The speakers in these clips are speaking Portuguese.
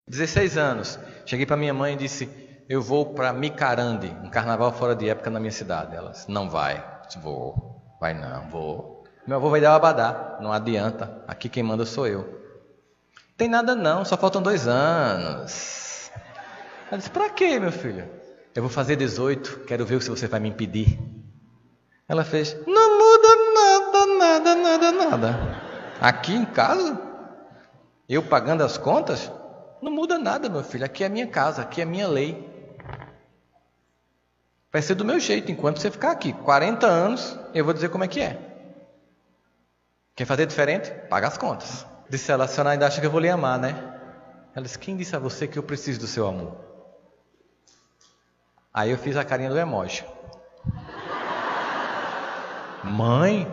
16 anos. Cheguei para minha mãe e disse: eu vou para Micarande, um carnaval fora de época na minha cidade. Ela disse: não vai. Eu disse: vou. Vai não, vou. Meu avô vai dar o abadá. Não adianta. Aqui quem manda sou eu. Tem nada não, só faltam 2 anos. Ela disse: pra quê, meu filho? Eu vou fazer 18, quero ver se você vai me impedir. Ela fez: não muda nada. Aqui em casa, eu pagando as contas, não muda nada, meu filho. Aqui é a minha casa, aqui é a minha lei. Vai ser do meu jeito, enquanto você ficar aqui. 40 anos, eu vou dizer como é que é. Quer fazer diferente? Paga as contas. Disse ela: a senhora ainda acha que eu vou lhe amar, né? Ela disse: quem disse a você que eu preciso do seu amor? Aí eu fiz a carinha do emoji. Mãe,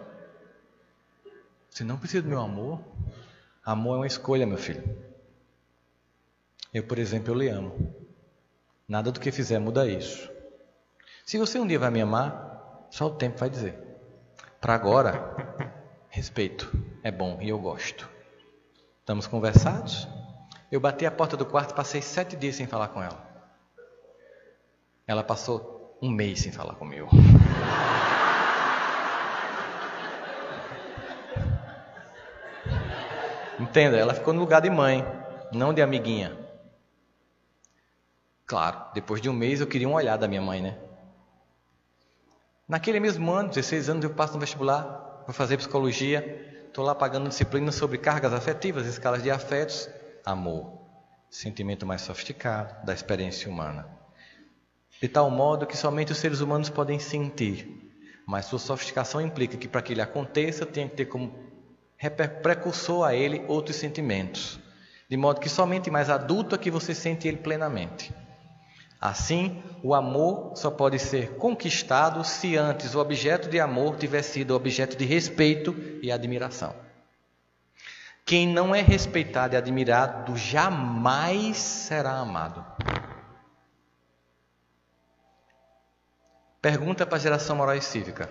você não precisa do meu amor? Amor é uma escolha, meu filho. Eu, por exemplo, eu lhe amo. Nada do que fizer muda isso. Se você um dia vai me amar, só o tempo vai dizer. Para agora, respeito. É bom e eu gosto. Estamos conversados? Eu bati a porta do quarto e passei 7 dias sem falar com ela. Ela passou 1 mês sem falar comigo. Entenda, ela ficou no lugar de mãe, não de amiguinha. Claro, depois de 1 mês eu queria um olhar da minha mãe, né? Naquele mesmo ano, 16 anos, eu passo no vestibular, vou fazer psicologia, estou lá pagando disciplina sobre cargas afetivas, escalas de afetos, amor, sentimento mais sofisticado da experiência humana. De tal modo que somente os seres humanos podem sentir, mas sua sofisticação implica que para que ele aconteça, tem que ter como precursor a ele outros sentimentos, de modo que somente mais adulto é que você sente ele plenamente. Assim, o amor só pode ser conquistado se antes o objeto de amor tiver sido objeto de respeito e admiração. Quem não é respeitado e admirado jamais será amado. Pergunta para a geração moral e cívica.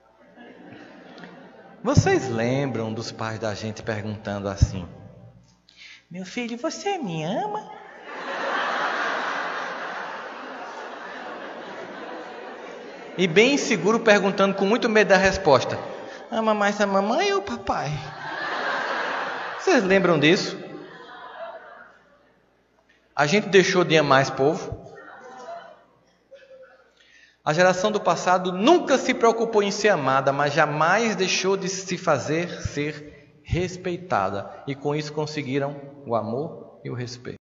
Vocês lembram dos pais da gente perguntando assim: meu filho, você me ama? E bem inseguro perguntando com muito medo da resposta: ama mais a mamãe ou o papai? Vocês lembram disso? A gente deixou de amar esse povo. A geração do passado nunca se preocupou em ser amada, mas jamais deixou de se fazer ser respeitada. E com isso conseguiram o amor e o respeito.